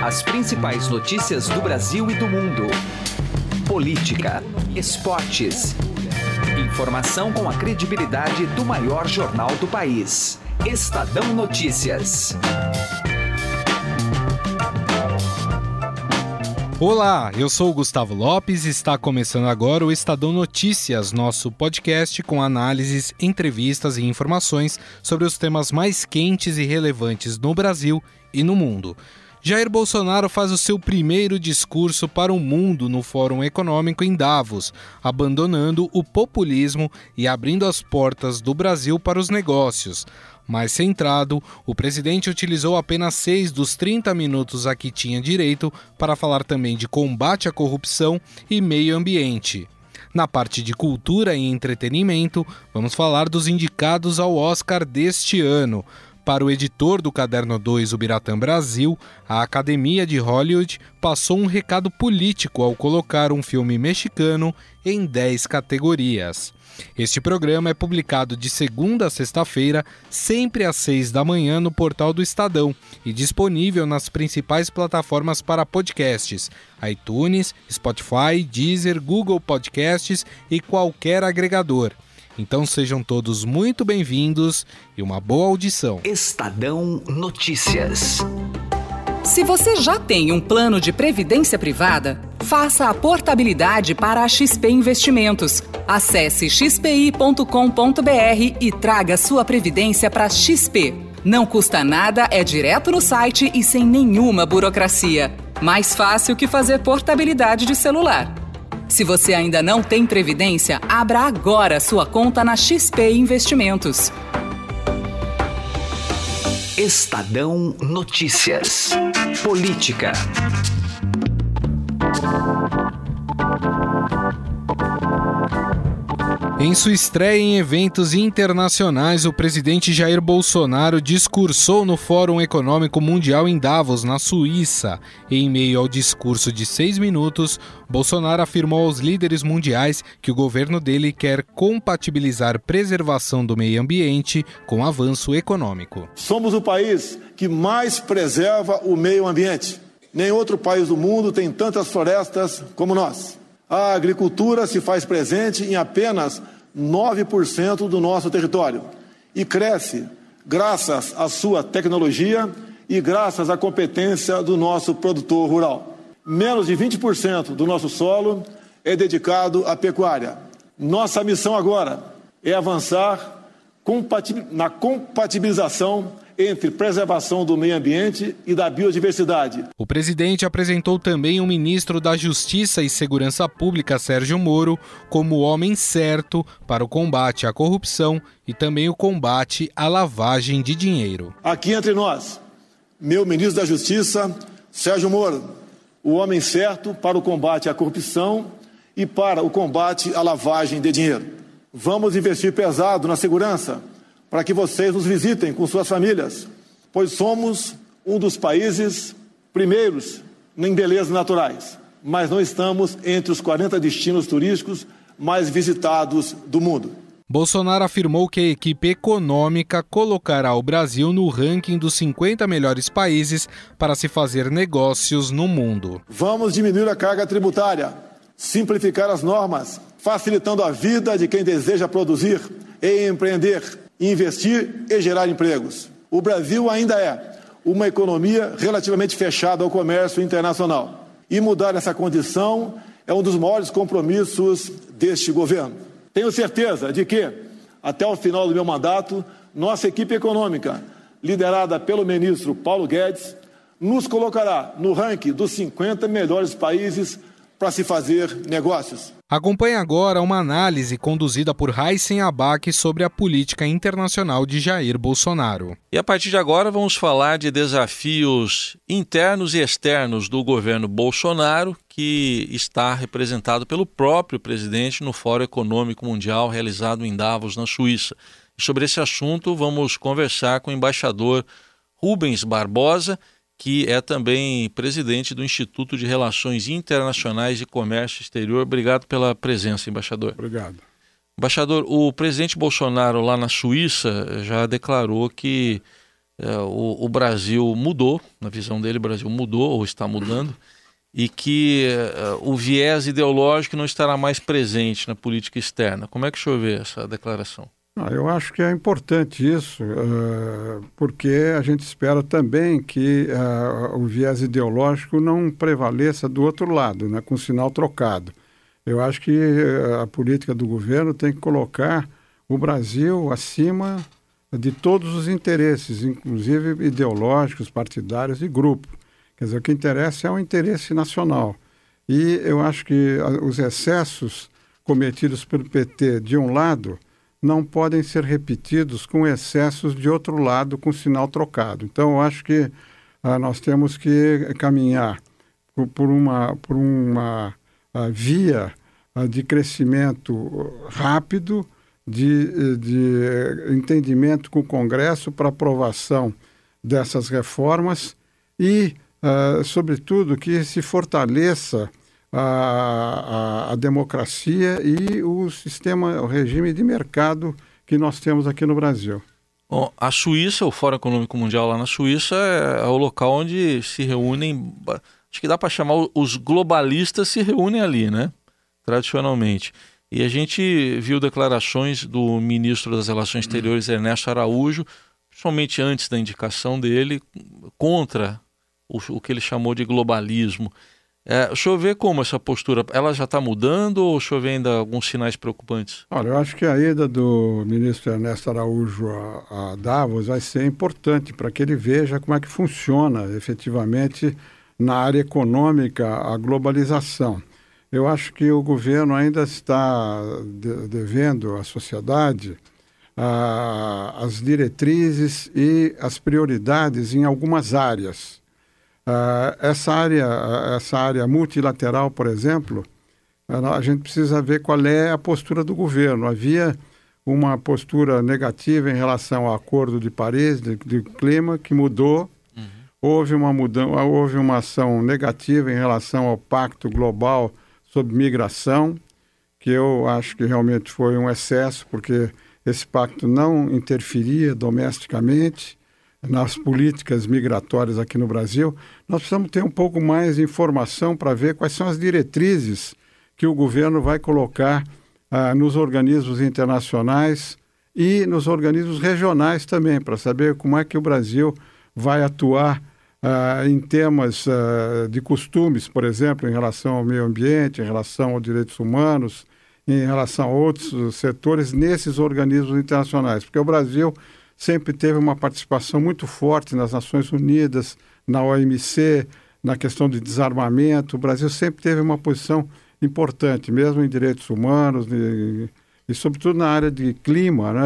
As principais notícias do Brasil e do mundo. Política, esportes. Informação com a credibilidade do maior jornal do país. Estadão Notícias. Olá, eu sou o Gustavo Lopes e está começando agora o Estadão Notícias, nosso podcast com análises, entrevistas e informações sobre os temas mais quentes e relevantes no Brasil e no mundo. Jair Bolsonaro faz o seu primeiro discurso para o mundo no Fórum Econômico em Davos, abandonando o populismo e abrindo as portas do Brasil para os negócios. Mais centrado, o presidente utilizou apenas 6 dos 30 minutos a que tinha direito para falar também de combate à corrupção e meio ambiente. Na parte de cultura e entretenimento, vamos falar dos indicados ao Oscar deste ano. Para o editor do Caderno 2, o Biratã Brasil, a Academia de Hollywood passou um recado político ao colocar um filme mexicano em 10 categorias. Este programa é publicado de segunda a sexta-feira, sempre às 6 da manhã no portal do Estadão e disponível nas principais plataformas para podcasts, iTunes, Spotify, Deezer, Google Podcasts e qualquer agregador. Então sejam todos muito bem-vindos e uma boa audição. Estadão Notícias. Se você já tem um plano de previdência privada, faça a portabilidade para a XP Investimentos. Acesse xpi.com.br e traga sua previdência para XP. Não custa nada, é direto no site e sem nenhuma burocracia. Mais fácil que fazer portabilidade de celular. Se você ainda não tem previdência, abra agora sua conta na XP Investimentos. Estadão Notícias. Política. Em sua estreia em eventos internacionais, o presidente Jair Bolsonaro discursou no Fórum Econômico Mundial em Davos, na Suíça. Em meio ao discurso de 6 minutos, Bolsonaro afirmou aos líderes mundiais que o governo dele quer compatibilizar preservação do meio ambiente com avanço econômico. Somos o país que mais preserva o meio ambiente. Nenhum outro país do mundo tem tantas florestas como nós. A agricultura se faz presente em apenas 9% do nosso território e cresce graças à sua tecnologia e graças à competência do nosso produtor rural. Menos de 20% do nosso solo é dedicado à pecuária. Nossa missão agora é avançar na compatibilização entre preservação do meio ambiente e da biodiversidade. O presidente apresentou também o ministro da Justiça e Segurança Pública, Sérgio Moro, como o homem certo para o combate à corrupção e também o combate à lavagem de dinheiro. Aqui entre nós, meu ministro da Justiça, Sérgio Moro, o homem certo para o combate à corrupção e para o combate à lavagem de dinheiro. Vamos investir pesado na segurança, para que vocês nos visitem com suas famílias, pois somos um dos países primeiros em belezas naturais, mas não estamos entre os 40 destinos turísticos mais visitados do mundo. Bolsonaro afirmou que a equipe econômica colocará o Brasil no ranking dos 50 melhores países para se fazer negócios no mundo. Vamos diminuir a carga tributária, simplificar as normas, facilitando a vida de quem deseja produzir e empreender, investir e gerar empregos. O Brasil ainda é uma economia relativamente fechada ao comércio internacional. E mudar essa condição é um dos maiores compromissos deste governo. Tenho certeza de que, até o final do meu mandato, nossa equipe econômica, liderada pelo ministro Paulo Guedes, nos colocará no ranking dos 50 melhores países para se fazer negócios. Acompanhe agora uma análise conduzida por Raíssen Abac sobre a política internacional de Jair Bolsonaro. E a partir de agora vamos falar de desafios internos e externos do governo Bolsonaro, que está representado pelo próprio presidente no Fórum Econômico Mundial realizado em Davos, na Suíça. E sobre esse assunto vamos conversar com o embaixador Rubens Barbosa, que é também presidente do Instituto de Relações Internacionais e Comércio Exterior. Obrigado pela presença, embaixador. Obrigado. Embaixador, o presidente Bolsonaro lá na Suíça já declarou que o Brasil mudou, na visão dele, o Brasil mudou ou está mudando, e que o viés ideológico não estará mais presente na política externa. Como é que o senhor vê essa declaração? Eu acho que é importante isso, porque a gente espera também que o viés ideológico não prevaleça do outro lado, né, com sinal trocado. Eu acho que a política do governo tem que colocar o Brasil acima de todos os interesses, inclusive ideológicos, partidários e grupo. Quer dizer, o que interessa é o interesse nacional. E eu acho que os excessos cometidos pelo PT de um lado não podem ser repetidos com excessos de outro lado, com sinal trocado. Então, eu acho que nós temos que caminhar por uma via de crescimento rápido, de entendimento com o Congresso para aprovação dessas reformas e, sobretudo, que se fortaleça a democracia e o regime de mercado que nós temos aqui no Brasil. Bom, a Suíça, o Fórum Econômico Mundial lá na Suíça, é o local onde se reúnem, acho que dá para chamar, os globalistas se reúnem ali, né? Tradicionalmente. E a gente viu declarações do ministro das Relações Exteriores, Ernesto Araújo, somente antes da indicação dele, contra o que ele chamou de globalismo. O senhor vê como essa postura, ela já está mudando ou o senhor vê ainda alguns sinais preocupantes? Olha, eu acho que a ida do ministro Ernesto Araújo a Davos vai ser importante para que ele veja como é que funciona efetivamente na área econômica a globalização. Eu acho que o governo ainda está devendo à sociedade as diretrizes e as prioridades em algumas áreas. Essa área multilateral, por exemplo, a gente precisa ver qual é a postura do governo. Havia uma postura negativa em relação ao Acordo de Paris, de clima, que mudou. Houve uma ação negativa em relação ao Pacto Global sobre Migração, que eu acho que realmente foi um excesso, porque esse pacto não interferia domesticamente nas políticas migratórias aqui no Brasil. Nós precisamos ter um pouco mais de informação para ver quais são as diretrizes que o governo vai colocar nos organismos internacionais e nos organismos regionais também, para saber como é que o Brasil vai atuar em temas de costumes, por exemplo, em relação ao meio ambiente, em relação aos direitos humanos, em relação a outros setores nesses organismos internacionais, porque o Brasil sempre teve uma participação muito forte nas Nações Unidas, na OMC, na questão de desarmamento. O Brasil sempre teve uma posição importante, mesmo em direitos humanos e sobretudo na área de clima, né,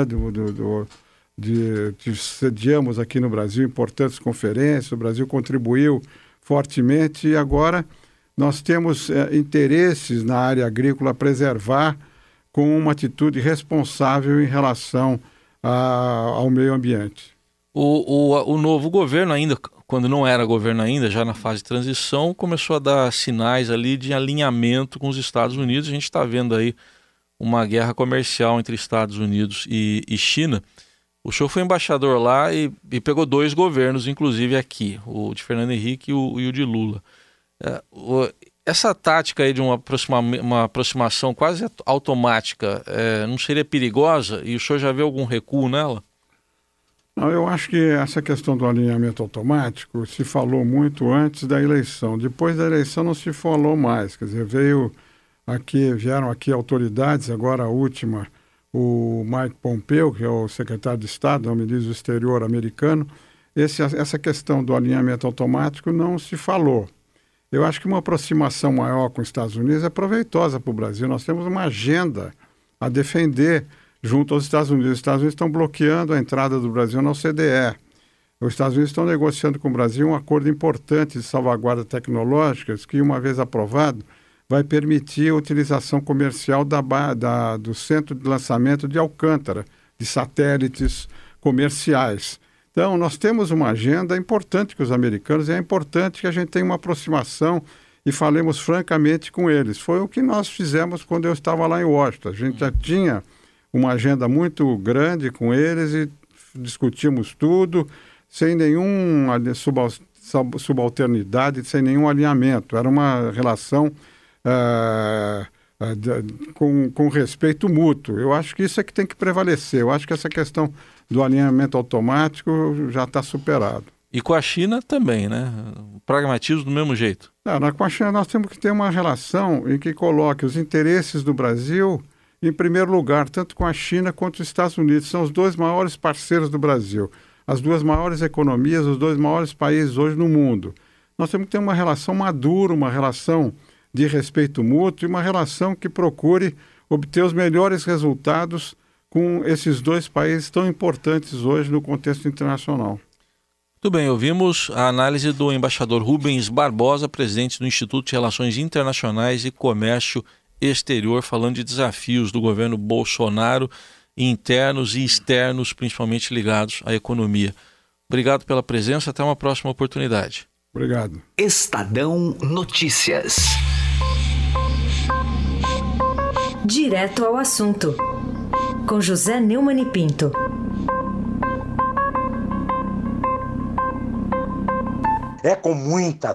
sediamos aqui no Brasil importantes conferências, o Brasil contribuiu fortemente e agora nós temos interesses na área agrícola a preservar com uma atitude responsável em relação ao meio ambiente. O novo governo ainda, quando não era governo ainda, já na fase de transição, começou a dar sinais ali de alinhamento com os Estados Unidos. A gente está vendo aí uma guerra comercial entre Estados Unidos e China. O senhor foi embaixador lá e pegou dois governos, inclusive aqui, o de Fernando Henrique e o de Lula. Essa tática aí de uma aproximação quase automática não seria perigosa? E o senhor já vê algum recuo nela? Não, eu acho que essa questão do alinhamento automático se falou muito antes da eleição. Depois da eleição não se falou mais. Quer dizer, vieram aqui autoridades, agora a última, o Mike Pompeo, que é o secretário de Estado, o ministro do Exterior americano. Essa questão do alinhamento automático não se falou. Eu acho que uma aproximação maior com os Estados Unidos é proveitosa para o Brasil. Nós temos uma agenda a defender junto aos Estados Unidos. Os Estados Unidos estão bloqueando a entrada do Brasil na OCDE. Os Estados Unidos estão negociando com o Brasil um acordo importante de salvaguarda tecnológicas que, uma vez aprovado, vai permitir a utilização comercial do centro de lançamento de Alcântara, de satélites comerciais. Então, nós temos uma agenda importante com os americanos e é importante que a gente tenha uma aproximação e falemos francamente com eles. Foi o que nós fizemos quando eu estava lá em Washington. A gente já tinha uma agenda muito grande com eles e discutimos tudo, sem nenhuma subalternidade, sem nenhum alinhamento. Era uma relação com respeito mútuo. Eu acho que isso é que tem que prevalecer. Eu acho que essa questão do alinhamento automático já está superado. E com a China também, né? O pragmatismo do mesmo jeito. Com a China nós temos que ter uma relação em que coloque os interesses do Brasil em primeiro lugar, tanto com a China quanto os Estados Unidos. São os dois maiores parceiros do Brasil, as duas maiores economias, os dois maiores países hoje no mundo. Nós temos que ter uma relação madura, uma relação de respeito mútuo e uma relação que procure obter os melhores resultados com esses dois países tão importantes hoje no contexto internacional. Muito bem, ouvimos a análise do embaixador Rubens Barbosa, presidente do Instituto de Relações Internacionais e Comércio Exterior, falando de desafios do governo Bolsonaro, internos e externos, principalmente ligados à economia. Obrigado pela presença, até uma próxima oportunidade. Obrigado. Estadão Notícias. Direto ao assunto, com José Neumann e Pinto. É com muita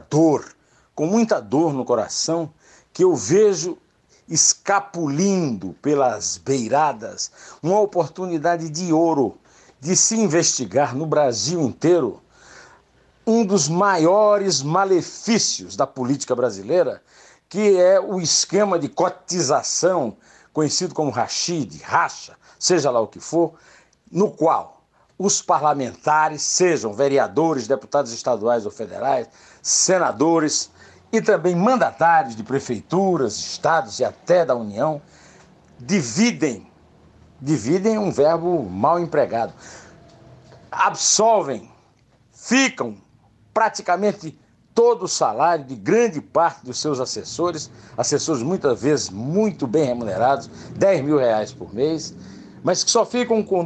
dor no coração, que eu vejo escapulindo pelas beiradas uma oportunidade de ouro de se investigar no Brasil inteiro um dos maiores malefícios da política brasileira, que é o esquema de cotização, conhecido como racha, seja lá o que for, no qual os parlamentares, sejam vereadores, deputados estaduais ou federais, senadores e também mandatários de prefeituras, estados e até da União, dividem um verbo mal empregado, absolvem, ficam praticamente todo o salário de grande parte dos seus assessores muitas vezes muito bem remunerados, R$10 mil por mês, mas que só ficam com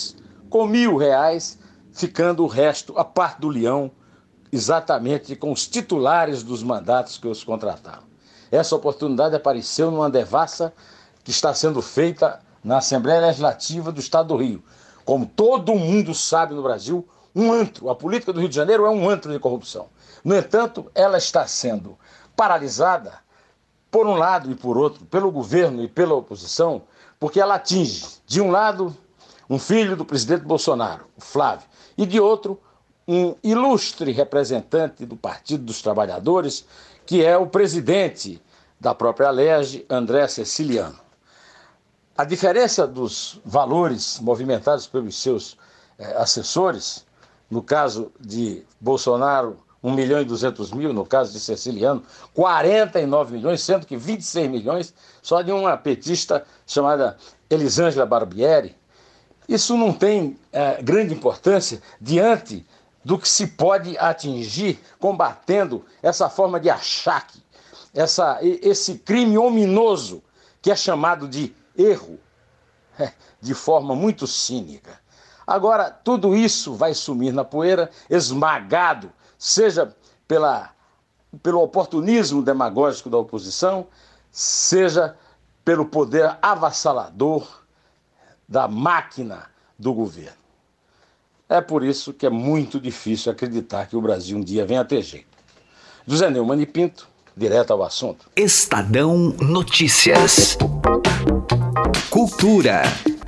R$1.000, ficando o resto, a parte do leão, exatamente com os titulares dos mandatos que os contrataram. Essa oportunidade apareceu numa devassa que está sendo feita na Assembleia Legislativa do Estado do Rio. Como todo mundo sabe no Brasil, um antro. A política do Rio de Janeiro é um antro de corrupção. No entanto, ela está sendo paralisada, por um lado e por outro, pelo governo e pela oposição, porque ela atinge, de um lado, um filho do presidente Bolsonaro, o Flávio, e de outro, um ilustre representante do Partido dos Trabalhadores, que é o presidente da própria Alerj, André Ceciliano. A diferença dos valores movimentados pelos seus assessores, no caso de Bolsonaro, 1.200.000, no caso de Ceciliano, 49 milhões, sendo que 26 milhões só de uma petista chamada Elisângela Barbieri. Isso não tem grande importância diante do que se pode atingir combatendo essa forma de achaque, esse crime ominoso que é chamado de erro, de forma muito cínica. Agora, tudo isso vai sumir na poeira, esmagado, seja pelo oportunismo demagógico da oposição, seja pelo poder avassalador da máquina do governo. É por isso que é muito difícil acreditar que o Brasil um dia venha a ter jeito. José Neumann e Pinto, direto ao assunto. Estadão Notícias. Cultura.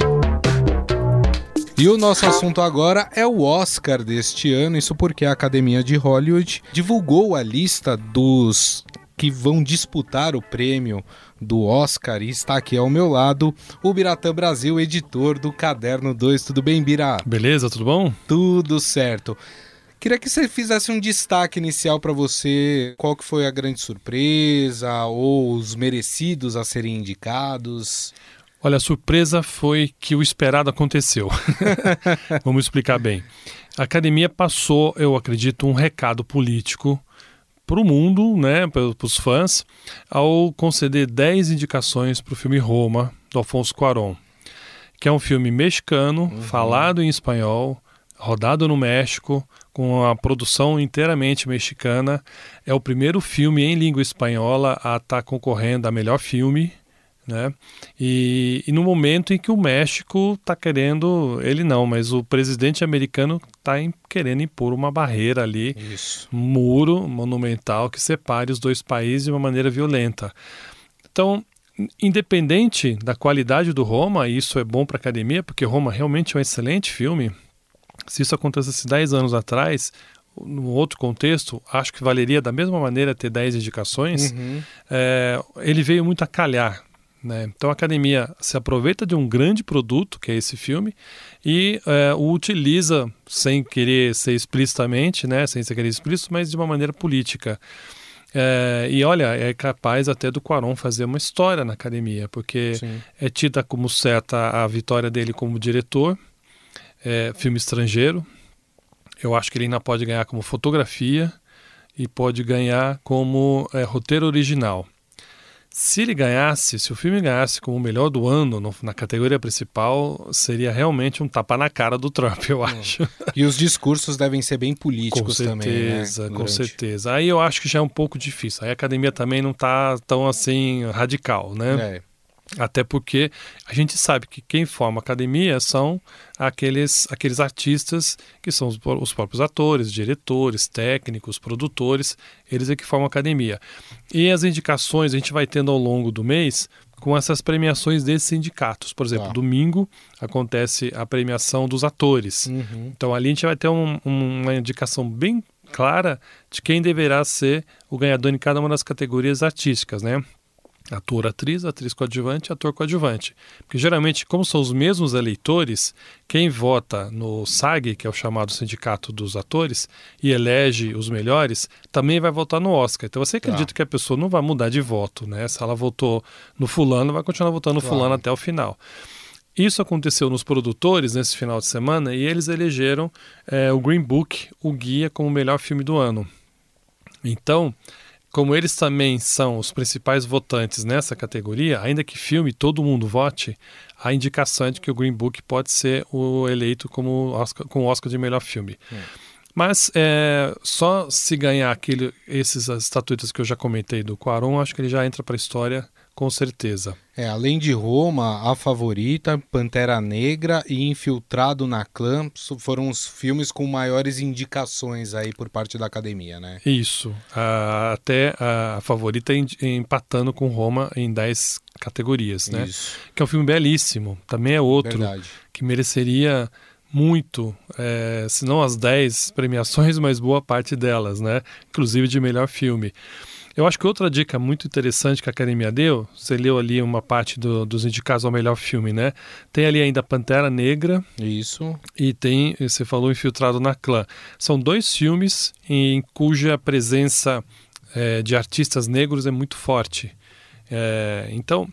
E o nosso assunto agora é o Oscar deste ano, isso porque a Academia de Hollywood divulgou a lista dos que vão disputar o prêmio do Oscar, e está aqui ao meu lado o Biratã Brasil, editor do Caderno 2. Tudo bem, Bira? Beleza, tudo bom? Tudo certo. Queria que você fizesse um destaque inicial para você, qual que foi a grande surpresa ou os merecidos a serem indicados. Olha, a surpresa foi que o esperado aconteceu. Vamos explicar bem. A Academia passou, eu acredito, um recado político para o mundo, né, para os fãs, ao conceder 10 indicações para o filme Roma, do Alfonso Cuarón, que é um filme mexicano, falado em espanhol, rodado no México, com a produção inteiramente mexicana. É o primeiro filme em língua espanhola a estar concorrendo a melhor filme né? E no momento em que o México está querendo, ele não, mas o presidente americano está querendo impor uma barreira ali, um muro monumental que separe os dois países de uma maneira violenta. Então, independente da qualidade do Roma, e isso é bom para a academia, porque Roma realmente é um excelente filme. Se isso acontecesse 10 anos atrás, num outro contexto, acho que valeria da mesma maneira ter 10 indicações. Ele veio muito a calhar, né? Então a academia se aproveita de um grande produto, que é esse filme, e o utiliza sem querer ser explicitamente, né? Sem ser querer explícito, mas de uma maneira política. E olha, é capaz até do Cuarón fazer uma história na academia, porque é tida como certa a vitória dele como diretor, filme estrangeiro. Eu acho que ele ainda pode ganhar como fotografia e pode ganhar como roteiro original. Se o filme ganhasse como o melhor do ano na categoria principal, seria realmente um tapa na cara do Trump, eu acho. E os discursos devem ser bem políticos também, né? Com certeza. Aí eu acho que já é um pouco difícil. Aí a academia também não está tão assim radical, né? Até porque a gente sabe que quem forma a academia são aqueles artistas que são os próprios atores, diretores, técnicos, produtores, eles é que formam a academia. E as indicações a gente vai tendo ao longo do mês com essas premiações desses sindicatos. Por exemplo, domingo acontece a premiação dos atores. Então ali a gente vai ter uma indicação bem clara de quem deverá ser o ganhador em cada uma das categorias artísticas, né? Ator, atriz coadjuvante, ator coadjuvante. Porque geralmente, como são os mesmos eleitores, quem vota no SAG, que é o chamado Sindicato dos Atores, e elege os melhores, também vai votar no Oscar. Então você acredita que a pessoa não vai mudar de voto, né? Se ela votou no fulano, vai continuar votando no fulano até o final. Isso aconteceu nos produtores nesse final de semana e eles elegeram o Green Book, o Guia, como o melhor filme do ano. Então, como eles também são os principais votantes nessa categoria, ainda que filme todo mundo vote, a indicação é de que o Green Book pode ser o eleito com o Oscar de melhor filme. Mas só se ganhar esses estatuetas que eu já comentei do Cuarón, acho que ele já entra para a história com certeza. Além de Roma, A Favorita, Pantera Negra e Infiltrado na Clã foram os filmes com maiores indicações aí por parte da academia, né? Isso. Até a Favorita empatando com Roma em 10 categorias, né? Isso. Que é um filme belíssimo. Também é outro que mereceria muito, se não as 10 premiações, mas boa parte delas, né? Inclusive de melhor filme. Eu acho que outra dica muito interessante que a academia deu, você leu ali uma parte dos indicados ao melhor filme, né? Tem ali ainda Pantera Negra. Isso. E tem, você falou, Infiltrado na Clã. São 2 filmes em cuja presença de artistas negros é muito forte. Então,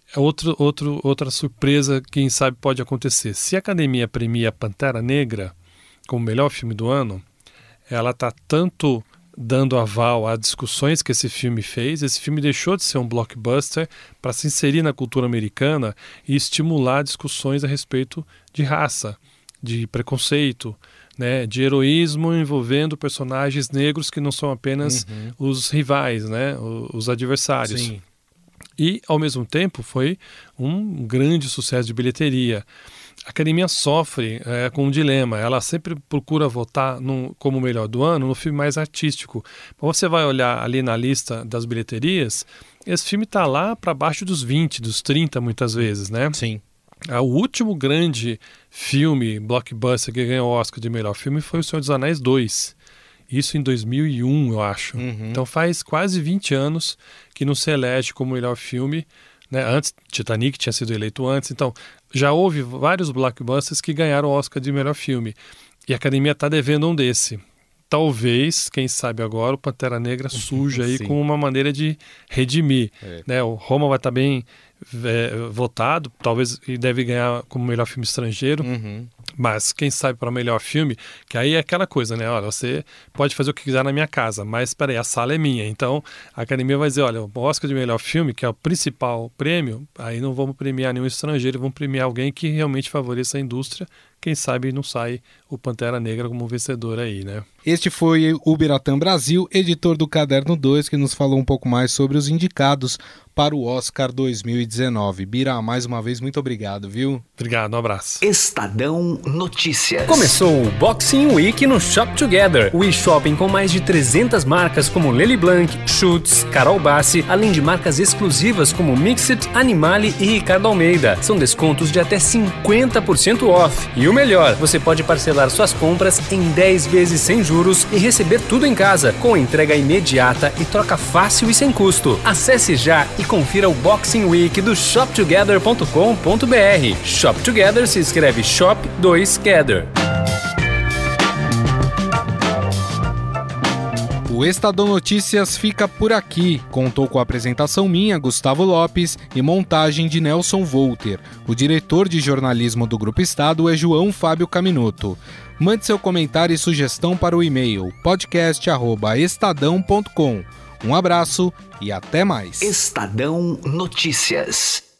outra surpresa, quem sabe, pode acontecer. Se a academia premia Pantera Negra como melhor filme do ano, ela está tanto dando aval a discussões que esse filme fez. Esse filme deixou de ser um blockbuster para se inserir na cultura americana e estimular discussões a respeito de raça, de preconceito, né, de heroísmo envolvendo personagens negros que não são apenas os rivais, né, os adversários. Sim. E, ao mesmo tempo, foi um grande sucesso de bilheteria. A academia sofre com um dilema. Ela sempre procura votar como o melhor do ano no filme mais artístico. Mas você vai olhar ali na lista das bilheterias, esse filme está lá para baixo dos 20, dos 30 muitas vezes, né? Sim. O último grande filme blockbuster que ganhou o Oscar de melhor filme foi O Senhor dos Anéis 2. Isso em 2001, eu acho. Então faz quase 20 anos que não se elege como melhor filme, né? Antes, Titanic tinha sido eleito antes. Então, já houve vários blockbusters que ganharam o Oscar de melhor filme. E a academia está devendo um desse. Talvez, quem sabe agora, o Pantera Negra surja aí com uma maneira de redimir. Né? O Roma vai estar bem votado, talvez ele deve ganhar como melhor filme estrangeiro. Mas quem sabe para o melhor filme, que aí é aquela coisa, né? Olha, você pode fazer o que quiser na minha casa, mas peraí, a sala é minha. Então a academia vai dizer, olha, o Oscar de melhor filme, que é o principal prêmio, aí não vamos premiar nenhum estrangeiro, vamos premiar alguém que realmente favoreça a indústria. Quem sabe não sai o Pantera Negra como vencedor aí, né? Este foi o Biratã Brasil, editor do Caderno 2, que nos falou um pouco mais sobre os indicados para o Oscar 2019. Bira, mais uma vez, muito obrigado, viu? Obrigado, um abraço. Estadão Notícias. Começou o Boxing Week no Shop Together, o e-shopping com mais de 300 marcas como Lely Blanc, Schutz, Carol Bassi, além de marcas exclusivas como Mixit, Animale e Ricardo Almeida. São descontos de até 50% off. E o melhor, você pode parcelar suas compras em 10 vezes sem juros e receber tudo em casa, com entrega imediata e troca fácil e sem custo. Acesse já e confira o Boxing Week do shoptogether.com.br. Shop Together se escreve Shop 2 Gather. O Estadão Notícias fica por aqui. Contou com a apresentação minha, Gustavo Lopes, e montagem de Nelson Volter. O diretor de jornalismo do Grupo Estado é João Fábio Caminoto. Mande seu comentário e sugestão para o e-mail podcast@estadão.com. Um abraço e até mais. Estadão Notícias.